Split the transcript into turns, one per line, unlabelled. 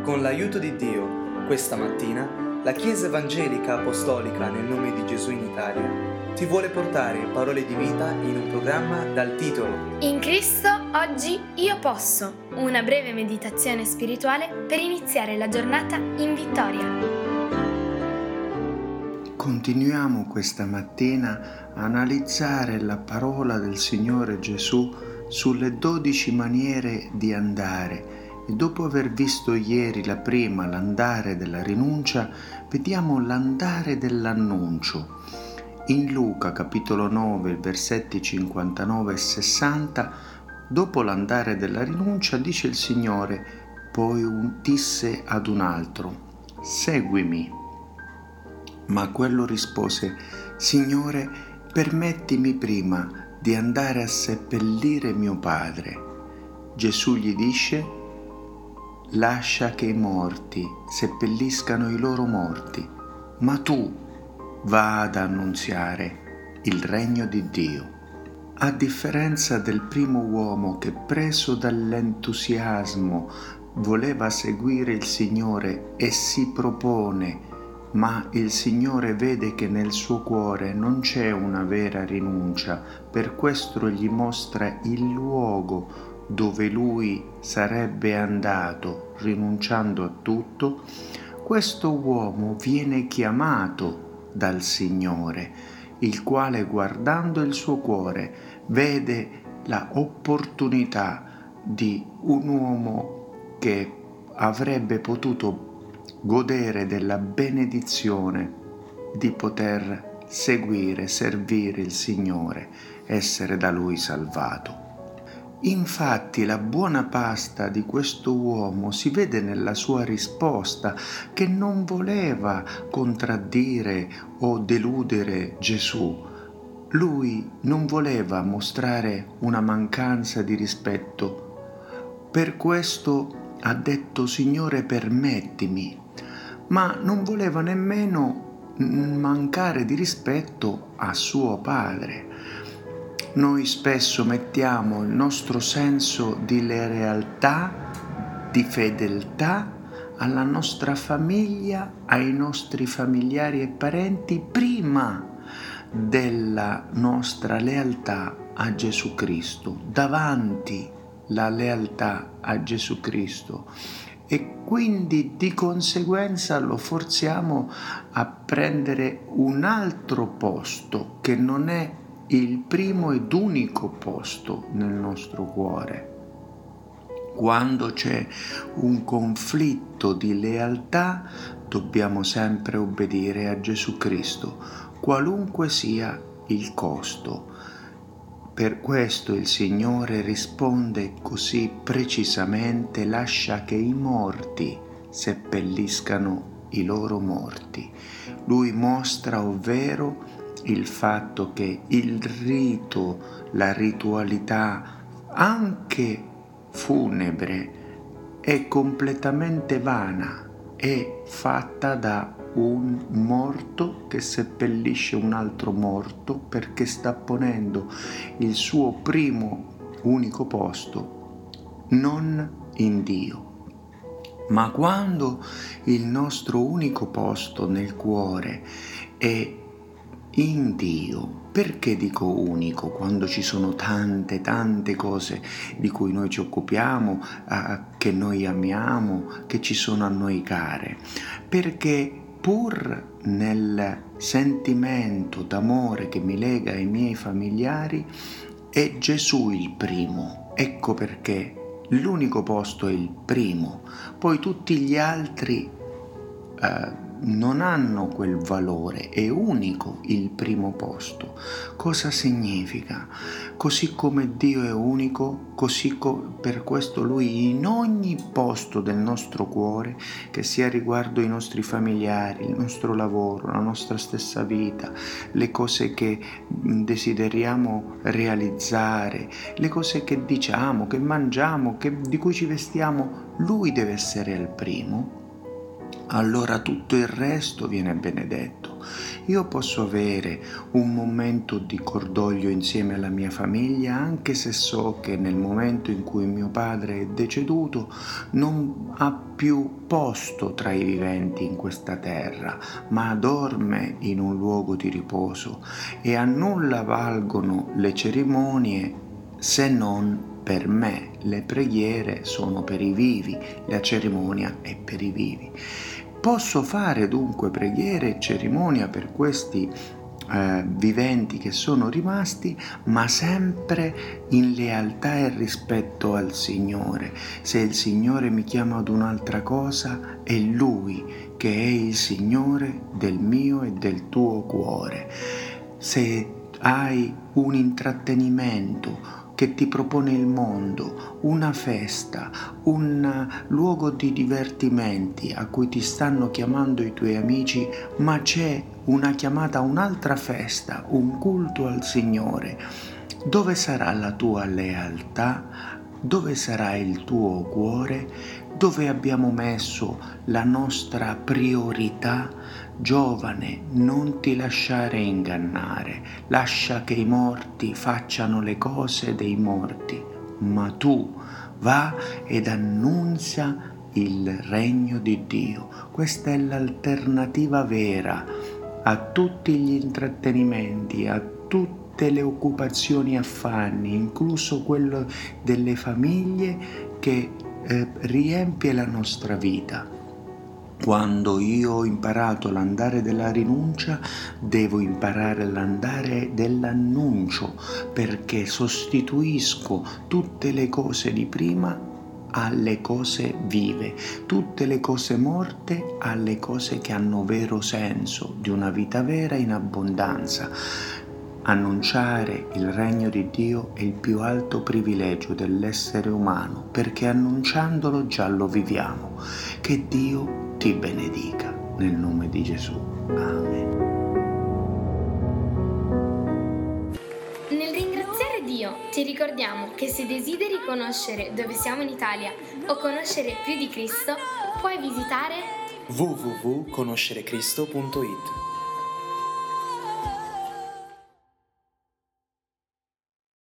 Con l'aiuto di Dio, questa mattina, la Chiesa Evangelica Apostolica nel nome di Gesù in Italia ti vuole portare parole di vita in un programma dal titolo
In Cristo oggi io posso, una breve meditazione spirituale per iniziare la giornata in vittoria.
Continuiamo questa mattina a analizzare la parola del Signore Gesù sulle 12 maniere di andare. E dopo aver visto ieri la prima, l'andare della rinuncia, vediamo l'andare dell'annuncio. In Luca capitolo 9, versetti 59 e 60, dopo l'andare della rinuncia, dice il Signore, poi disse ad un altro, seguimi. Ma quello rispose, Signore, permettimi prima di andare a seppellire mio padre. Gesù gli dice, lascia che i morti seppelliscano i loro morti, ma tu va ad annunziare il regno di Dio. A differenza del primo uomo che, preso dall'entusiasmo, voleva seguire il Signore e si propone, ma il Signore vede che nel suo cuore non c'è una vera rinuncia, per questo gli mostra il luogo dove lui sarebbe andato rinunciando a tutto. Questo uomo viene chiamato dal Signore, il quale, guardando il suo cuore, vede la opportunità di un uomo che avrebbe potuto godere della benedizione di poter seguire, servire il Signore, essere da Lui salvato. Infatti la buona pasta di questo uomo si vede nella sua risposta, che non voleva contraddire o deludere Gesù. Lui non voleva mostrare una mancanza di rispetto. Per questo ha detto, Signore, permettimi, ma non voleva nemmeno mancare di rispetto a suo padre. Noi spesso mettiamo il nostro senso di lealtà, di fedeltà alla nostra famiglia, ai nostri familiari e parenti prima della nostra lealtà a Gesù Cristo, davanti la lealtà a Gesù Cristo. E quindi di conseguenza lo forziamo a prendere un altro posto che non è il primo ed unico posto nel nostro cuore. Quando c'è un conflitto di lealtà, dobbiamo sempre obbedire a Gesù Cristo, qualunque sia il costo. Per questo il Signore risponde così precisamente, lascia che i morti seppelliscano i loro morti. Lui mostra, ovvero, il fatto che il rito, la ritualità, anche funebre, è completamente vana, è fatta da un morto che seppellisce un altro morto perché sta ponendo il suo primo unico posto non in Dio. Ma quando il nostro unico posto nel cuore è in Dio, perché dico unico quando ci sono tante cose di cui noi ci occupiamo, che noi amiamo, che ci sono a noi care? Perché pur nel sentimento d'amore che mi lega ai miei familiari è Gesù il primo. Ecco perché l'unico posto è il primo, poi tutti gli altri non hanno quel valore, è unico il primo posto. Cosa significa? Così come Dio è unico, per questo Lui in ogni posto del nostro cuore, che sia riguardo i nostri familiari, il nostro lavoro, la nostra stessa vita, le cose che desideriamo realizzare, le cose che diciamo, che mangiamo, di cui ci vestiamo, Lui deve essere il primo. Allora tutto il resto viene benedetto. Io posso avere un momento di cordoglio insieme alla mia famiglia, anche se so che nel momento in cui mio padre è deceduto non ha più posto tra i viventi in questa terra, ma dorme in un luogo di riposo, e a nulla valgono le cerimonie se non per me. Le preghiere sono per i vivi, la cerimonia è per i vivi. Posso fare dunque preghiere e cerimonia per questi viventi che sono rimasti, ma sempre in lealtà e rispetto al Signore. Se il Signore mi chiama ad un'altra cosa, è Lui che è il Signore del mio e del tuo cuore. Se hai un intrattenimento che ti propone il mondo, una festa, un luogo di divertimenti a cui ti stanno chiamando i tuoi amici, ma c'è una chiamata a un'altra festa, un culto al Signore, dove sarà la tua lealtà? Dove sarà il tuo cuore? Dove abbiamo messo la nostra priorità? Giovane, non ti lasciare ingannare, lascia che i morti facciano le cose dei morti, ma tu va ed annunzia il regno di Dio. Questa è l'alternativa vera a tutti gli intrattenimenti, a tutte le occupazioni e affanni, incluso quello delle famiglie che riempie la nostra vita. Quando io ho imparato l'andare della rinuncia, devo imparare l'andare dell'annuncio, perché sostituisco tutte le cose di prima alle cose vive, tutte le cose morte alle cose che hanno vero senso, di una vita vera in abbondanza. Annunciare il regno di Dio è il più alto privilegio dell'essere umano, perché annunciandolo già lo viviamo. Che Dio ti benedica, nel nome di Gesù. Amen.
Nel ringraziare Dio ti ricordiamo che se desideri conoscere dove siamo in Italia o conoscere più di Cristo, puoi visitare
www.conoscerecristo.it.